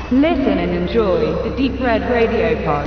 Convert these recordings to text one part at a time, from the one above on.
Listen and enjoy the Deep Red Radio Pod.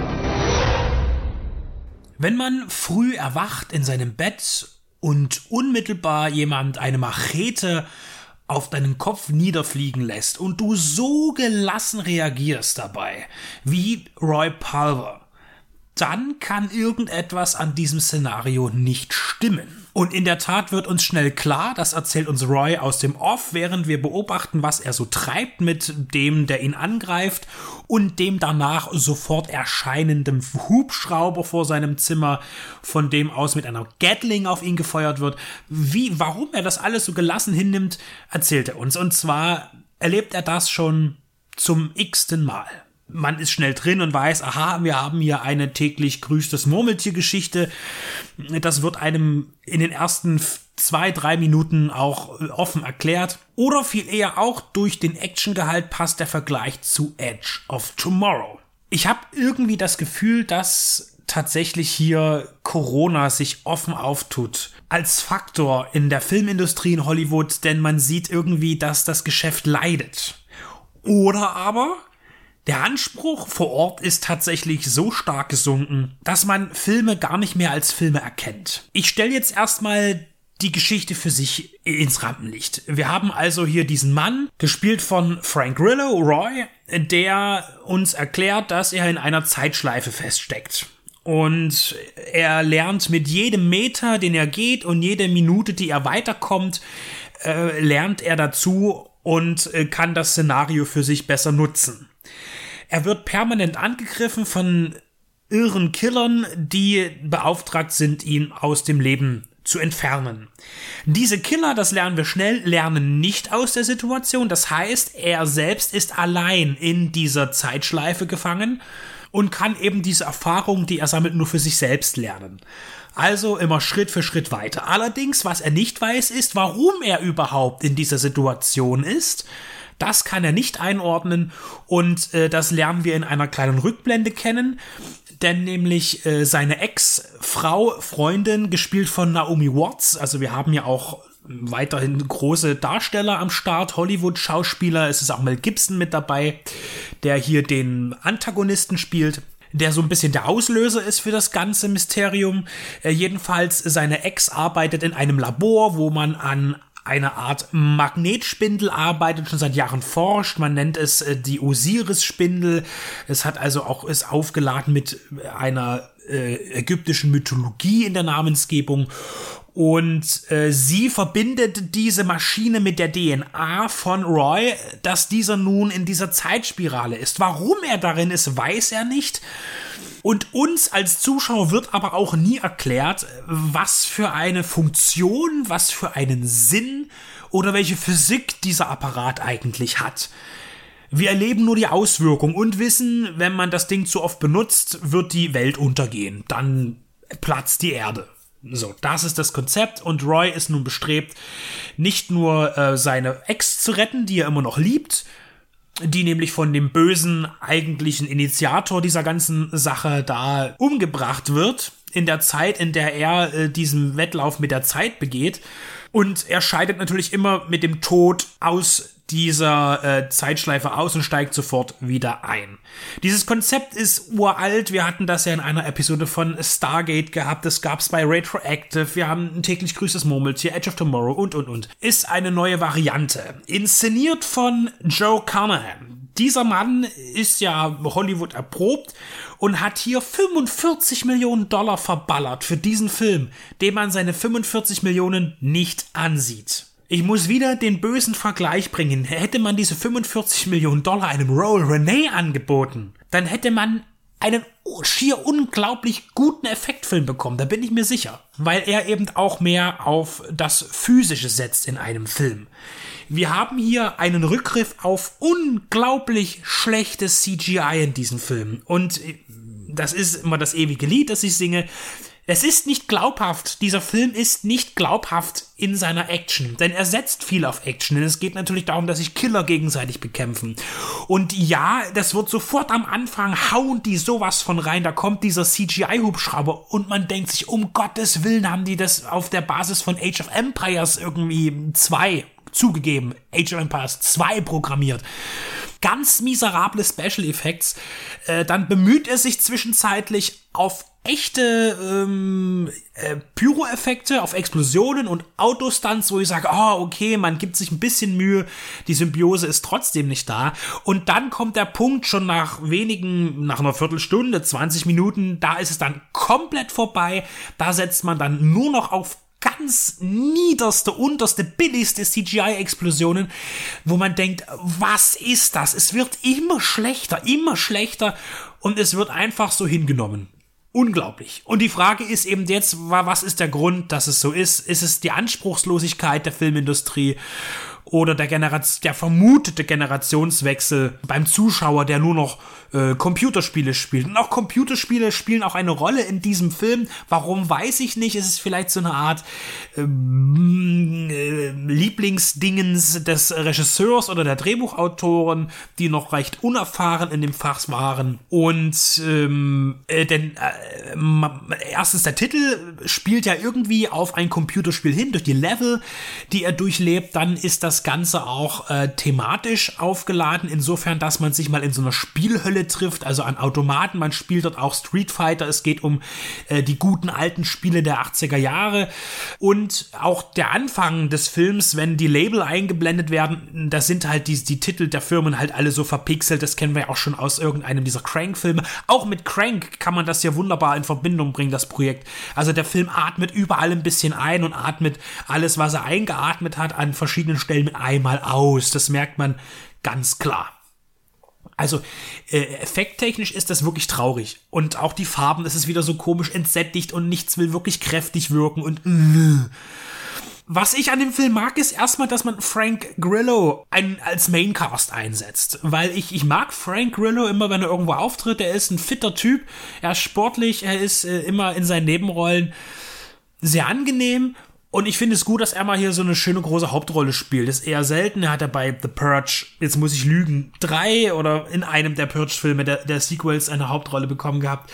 Wenn man früh erwacht in seinem Bett und unmittelbar jemand eine Machete auf deinen Kopf niederfliegen lässt und du so gelassen reagierst dabei, wie Roy Pulver, dann kann irgendetwas an diesem Szenario nicht stimmen. Und in der Tat wird uns schnell klar, das erzählt uns Roy aus dem Off, während wir beobachten, was er so treibt mit dem, der ihn angreift und dem danach sofort erscheinenden Hubschrauber vor seinem Zimmer, von dem aus mit einer Gatling auf ihn gefeuert wird. Warum er das alles so gelassen hinnimmt, erzählt er uns. Und zwar erlebt er das schon zum x-ten Mal. Man ist schnell drin und weiß, aha, wir haben hier eine täglich grüßt das Murmeltier-Geschichte. Das wird einem in den ersten 2-3 Minuten auch offen erklärt. Oder viel eher auch durch den Actiongehalt passt der Vergleich zu Edge of Tomorrow. Ich habe irgendwie das Gefühl, dass tatsächlich hier Corona sich offen auftut als Faktor in der Filmindustrie in Hollywood, denn man sieht irgendwie, dass das Geschäft leidet. Oder aber der Anspruch vor Ort ist tatsächlich so stark gesunken, dass man Filme gar nicht mehr als Filme erkennt. Ich stelle jetzt erstmal die Geschichte für sich ins Rampenlicht. Wir haben also hier diesen Mann, gespielt von Frank Grillo, Roy, der uns erklärt, dass er in einer Zeitschleife feststeckt. Und er lernt mit jedem Meter, den er geht und jede Minute, die er weiterkommt, lernt er dazu und kann das Szenario für sich besser nutzen. Er wird permanent angegriffen von irren Killern, die beauftragt sind, ihn aus dem Leben zu entfernen. Diese Killer, das lernen wir schnell, lernen nicht aus der Situation. Das heißt, er selbst ist allein in dieser Zeitschleife gefangen und kann eben diese Erfahrung, die er sammelt, nur für sich selbst lernen. Also immer Schritt für Schritt weiter. Allerdings, was er nicht weiß, ist, warum er überhaupt in dieser Situation ist. Das kann er nicht einordnen und das lernen wir in einer kleinen Rückblende kennen, denn nämlich seine Ex-Frau, Freundin, gespielt von Naomi Watts, also wir haben ja auch weiterhin große Darsteller am Start, Hollywood-Schauspieler, es ist auch Mel Gibson mit dabei, der hier den Antagonisten spielt, der so ein bisschen der Auslöser ist für das ganze Mysterium. Jedenfalls, seine Ex arbeitet in einem Labor, wo man an eine Art Magnetspindel arbeitet, schon seit Jahren forscht. Man nennt es die Osiris-Spindel. Es hat also auch, ist aufgeladen mit einer ägyptischen Mythologie in der Namensgebung. Und sie verbindet diese Maschine mit der DNA von Roy, dass dieser nun in dieser Zeitspirale ist. Warum er darin ist, weiß er nicht. Und uns als Zuschauer wird aber auch nie erklärt, was für eine Funktion, was für einen Sinn oder welche Physik dieser Apparat eigentlich hat. Wir erleben nur die Auswirkung und wissen, wenn man das Ding zu oft benutzt, wird die Welt untergehen. Dann platzt die Erde. So, das ist das Konzept und Roy ist nun bestrebt, nicht nur seine Ex zu retten, die er immer noch liebt, die nämlich von dem bösen eigentlichen Initiator dieser ganzen Sache da umgebracht wird, in der Zeit, in der er diesen Wettlauf mit der Zeit begeht. Und er scheidet natürlich immer mit dem Tod aus dieser Zeitschleife aus und steigt sofort wieder ein. Dieses Konzept ist uralt. Wir hatten das ja in einer Episode von Stargate gehabt. Das gab's bei Retroactive. Wir haben ein täglich grüßt das Murmeltier, Edge of Tomorrow und. Ist eine neue Variante. Inszeniert von Joe Carnahan. Dieser Mann ist ja Hollywood erprobt und hat hier $45 Millionen verballert für diesen Film, dem man seine 45 Millionen nicht ansieht. Ich muss wieder den bösen Vergleich bringen. Hätte man diese 45 Millionen einem Raoul Renee angeboten, dann hätte man einen schier unglaublich guten Effektfilm bekommen, da bin ich mir sicher. Weil er eben auch mehr auf das Physische setzt in einem Film. Wir haben hier einen Rückgriff auf unglaublich schlechtes CGI in diesem Film. Und das ist immer das ewige Lied, das ich singe. Es ist nicht glaubhaft, dieser Film ist nicht glaubhaft in seiner Action, denn er setzt viel auf Action, denn es geht natürlich darum, dass sich Killer gegenseitig bekämpfen. Und ja, das wird sofort am Anfang, hauen die sowas von rein, da kommt dieser CGI-Hubschrauber und man denkt sich, um Gottes Willen haben die das auf der Basis von Age of Empires irgendwie 2 zugegeben, Age of Empires 2 programmiert. ganz miserable Special Effects. Dann bemüht er sich zwischenzeitlich auf echte Pyro-Effekte, auf Explosionen und Autostunts, wo ich sage, okay, man gibt sich ein bisschen Mühe, die Symbiose ist trotzdem nicht da. Und dann kommt der Punkt schon nach einer Viertelstunde, 20 Minuten, da ist es dann komplett vorbei. Da setzt man dann nur noch auf ganz niederste, unterste, billigste CGI-Explosionen, wo man denkt, was ist das? Es wird immer schlechter und es wird einfach so hingenommen. Unglaublich. Und die Frage ist eben jetzt, was ist der Grund, dass es so ist? Ist es die Anspruchslosigkeit der Filmindustrie oder der vermutete Generationswechsel beim Zuschauer, der nur noch Computerspiele spielt? Und auch Computerspiele spielen auch eine Rolle in diesem Film. Warum, weiß ich nicht. Es ist vielleicht so eine Art Lieblingsdingens des Regisseurs oder der Drehbuchautoren, die noch recht unerfahren in dem Fach waren. Und erstens, der Titel spielt ja irgendwie auf ein Computerspiel hin, durch die Level, die er durchlebt. Dann ist das Ganze auch thematisch aufgeladen, insofern, dass man sich mal in so einer Spielhölle trifft, also an Automaten. Man spielt dort auch Street Fighter. Es geht um die guten alten Spiele der 80er Jahre. Und auch der Anfang des Films, wenn die Label eingeblendet werden, das sind halt die Titel der Firmen halt alle so verpixelt. Das kennen wir ja auch schon aus irgendeinem dieser Crank-Filme. Auch mit Crank kann man das ja wunderbar in Verbindung bringen, das Projekt. Also der Film atmet überall ein bisschen ein und atmet alles, was er eingeatmet hat, an verschiedenen Stellen mit einmal aus. Das merkt man ganz klar. Also effekttechnisch ist das wirklich traurig. Und auch die Farben, das ist wieder so komisch entsättigt und nichts will wirklich kräftig wirken und Was ich an dem Film mag, ist erstmal, dass man Frank Grillo als Maincast einsetzt. Weil ich mag Frank Grillo immer, wenn er irgendwo auftritt. Er ist ein fitter Typ, er ist sportlich, er ist immer in seinen Nebenrollen sehr angenehm. Und ich finde es gut, dass er mal hier so eine schöne große Hauptrolle spielt. Das ist eher selten. Er hat ja bei The Purge, jetzt muss ich lügen, 3 oder in einem der Purge-Filme der Sequels eine Hauptrolle bekommen gehabt.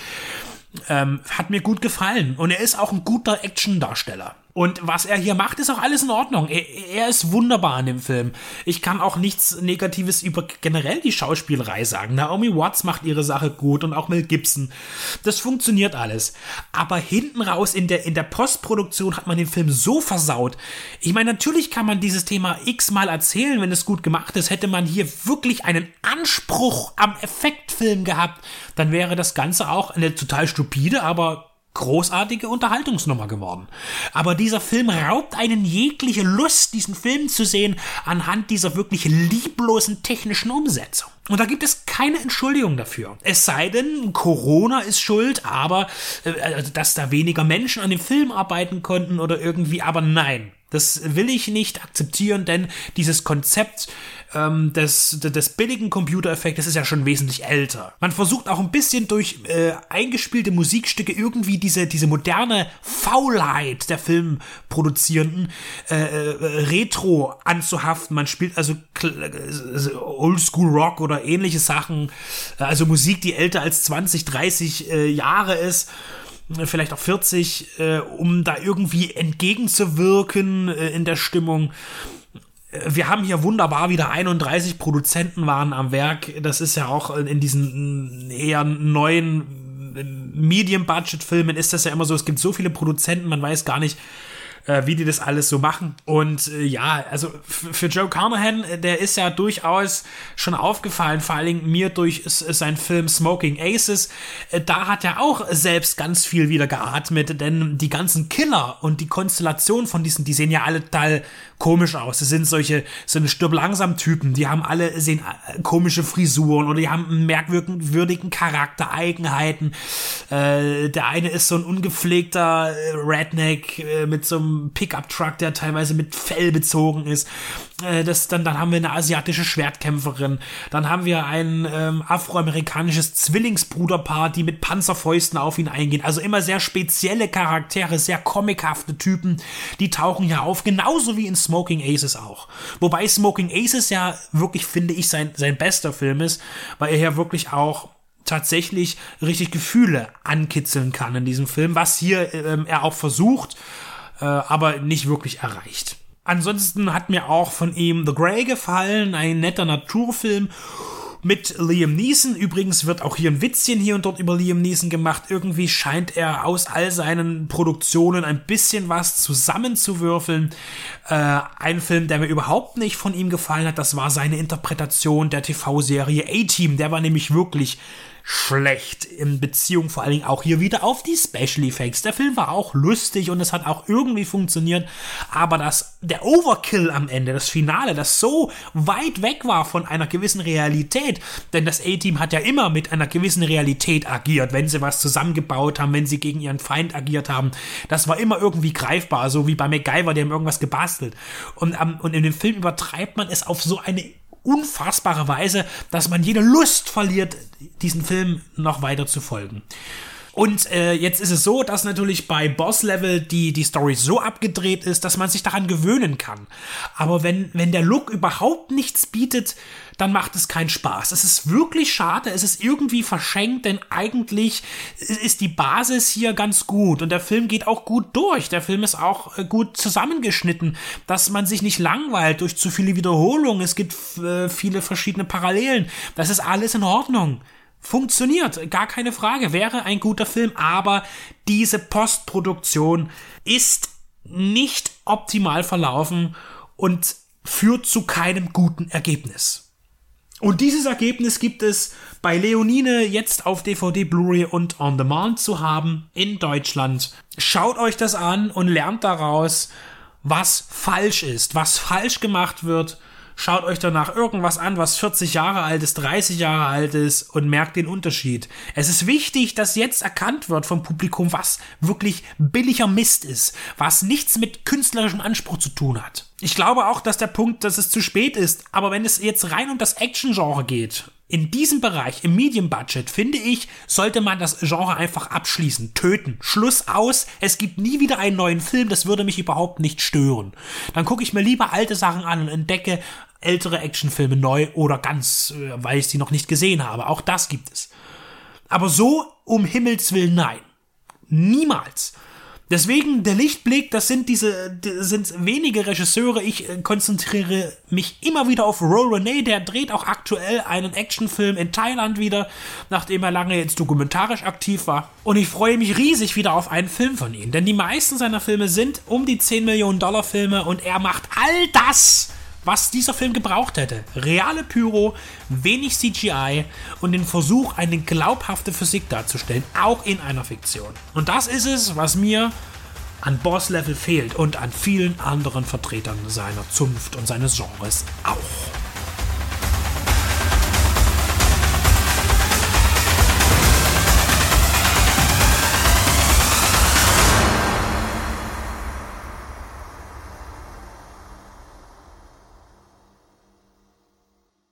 Hat mir gut gefallen. Und er ist auch ein guter Action-Darsteller. Und was er hier macht, ist auch alles in Ordnung. Er ist wunderbar in dem Film. Ich kann auch nichts Negatives über generell die Schauspielerei sagen. Naomi Watts macht ihre Sache gut und auch Mel Gibson. Das funktioniert alles. Aber hinten raus in der Postproduktion hat man den Film so versaut. Ich meine, natürlich kann man dieses Thema x-mal erzählen, wenn es gut gemacht ist. Hätte man hier wirklich einen Anspruch am Effektfilm gehabt, dann wäre das Ganze auch eine total stupide, aber großartige Unterhaltungsnummer geworden. Aber dieser Film raubt einen jegliche Lust, diesen Film zu sehen, anhand dieser wirklich lieblosen technischen Umsetzung. Und da gibt es keine Entschuldigung dafür. Es sei denn, Corona ist schuld, aber dass da weniger Menschen an dem Film arbeiten konnten oder irgendwie, aber nein. Das will ich nicht akzeptieren, denn dieses Konzept des billigen Computereffektes ist ja schon wesentlich älter. Man versucht auch ein bisschen durch eingespielte Musikstücke irgendwie diese moderne Faulheit der Filmproduzierenden retro anzuhaften. Man spielt also Oldschool Rock oder ähnliche Sachen, also Musik, die älter als 20, 30 Jahre ist, vielleicht auch 40, um da irgendwie entgegenzuwirken in der Stimmung. Wir haben hier wunderbar wieder 31 Produzenten waren am Werk. Das ist ja auch in diesen eher neuen Medium-Budget-Filmen ist das ja immer so. Es gibt so viele Produzenten, man weiß gar nicht, wie die das alles so machen. Und ja, also für Joe Carnahan, der ist ja durchaus schon aufgefallen, vor allen Dingen mir durch seinen Film Smoking Aces. Da hat er auch selbst ganz viel wieder geatmet, denn die ganzen Killer und die Konstellation von diesen, die sehen ja alle total komisch aus. Das sind so eine Stirb-langsam-Typen, die haben sehen komische Frisuren oder die haben einen merkwürdigen Charakter, Eigenheiten. Der eine ist so ein ungepflegter Redneck mit so einem Pickup-Truck, der teilweise mit Fell bezogen ist. Dann haben wir eine asiatische Schwertkämpferin. Dann haben wir ein afroamerikanisches Zwillingsbruderpaar, die mit Panzerfäusten auf ihn eingehen. Also immer sehr spezielle Charaktere, sehr comichafte Typen, die tauchen hier auf, genauso wie in Smoking Aces auch. Wobei Smoking Aces ja wirklich, finde ich, sein bester Film ist, weil er ja wirklich auch tatsächlich richtig Gefühle ankitzeln kann in diesem Film, was hier er auch versucht, aber nicht wirklich erreicht. Ansonsten hat mir auch von ihm The Grey gefallen, ein netter Naturfilm. mit Liam Neeson. Übrigens wird auch hier ein Witzchen hier und dort über Liam Neeson gemacht. Irgendwie scheint er aus all seinen Produktionen ein bisschen was zusammenzuwürfeln. Ein Film, der mir überhaupt nicht von ihm gefallen hat, das war seine Interpretation der TV-Serie A-Team. Der war nämlich wirklich schlecht in Beziehung vor allen Dingen auch hier wieder auf die Special Effects. Der Film war auch lustig und es hat auch irgendwie funktioniert, aber der Overkill am Ende, das Finale, das so weit weg war von einer gewissen Realität, denn das A-Team hat ja immer mit einer gewissen Realität agiert, wenn sie was zusammengebaut haben, wenn sie gegen ihren Feind agiert haben, das war immer irgendwie greifbar, so wie bei MacGyver, die haben irgendwas gebastelt und in dem Film übertreibt man es auf so eine unfassbare Weise, dass man jede Lust verliert, diesen Film noch weiter zu folgen. Und jetzt ist es so, dass natürlich bei Boss Level die Story so abgedreht ist, dass man sich daran gewöhnen kann. Aber wenn der Look überhaupt nichts bietet, dann macht es keinen Spaß. Es ist wirklich schade, es ist irgendwie verschenkt, denn eigentlich ist die Basis hier ganz gut und der Film geht auch gut durch. Der Film ist auch gut zusammengeschnitten, dass man sich nicht langweilt durch zu viele Wiederholungen. Es gibt viele verschiedene Parallelen. Das ist alles in Ordnung. Funktioniert, gar keine Frage, wäre ein guter Film, aber diese Postproduktion ist nicht optimal verlaufen und führt zu keinem guten Ergebnis. Und dieses Ergebnis gibt es bei Leonine jetzt auf DVD, Blu-ray und On Demand zu haben in Deutschland. Schaut euch das an und lernt daraus, was falsch ist, was falsch gemacht wird. Schaut euch danach irgendwas an, was 40 Jahre alt ist, 30 Jahre alt ist und merkt den Unterschied. Es ist wichtig, dass jetzt erkannt wird vom Publikum, was wirklich billiger Mist ist, was nichts mit künstlerischem Anspruch zu tun hat. Ich glaube auch, dass der Punkt, dass es zu spät ist, aber wenn es jetzt rein um das Action-Genre geht, in diesem Bereich, im Medium-Budget, finde ich, sollte man das Genre einfach abschließen, töten, Schluss aus, es gibt nie wieder einen neuen Film, das würde mich überhaupt nicht stören. Dann gucke ich mir lieber alte Sachen an und entdecke ältere Actionfilme neu oder ganz, weil ich sie noch nicht gesehen habe, auch das gibt es. Aber so, um Himmels Willen, nein. Niemals. Deswegen, der Lichtblick, das sind wenige Regisseure. Ich konzentriere mich immer wieder auf Ro Renee, der dreht auch aktuell einen Actionfilm in Thailand wieder, nachdem er lange jetzt dokumentarisch aktiv war. Und ich freue mich riesig wieder auf einen Film von ihm, denn die meisten seiner Filme sind um die 10 Millionen Dollar Filme und er macht all das, was dieser Film gebraucht hätte. Reale Pyro, wenig CGI und den Versuch, eine glaubhafte Physik darzustellen, auch in einer Fiktion. Und das ist es, was mir an Boss Level fehlt und an vielen anderen Vertretern seiner Zunft und seines Genres auch.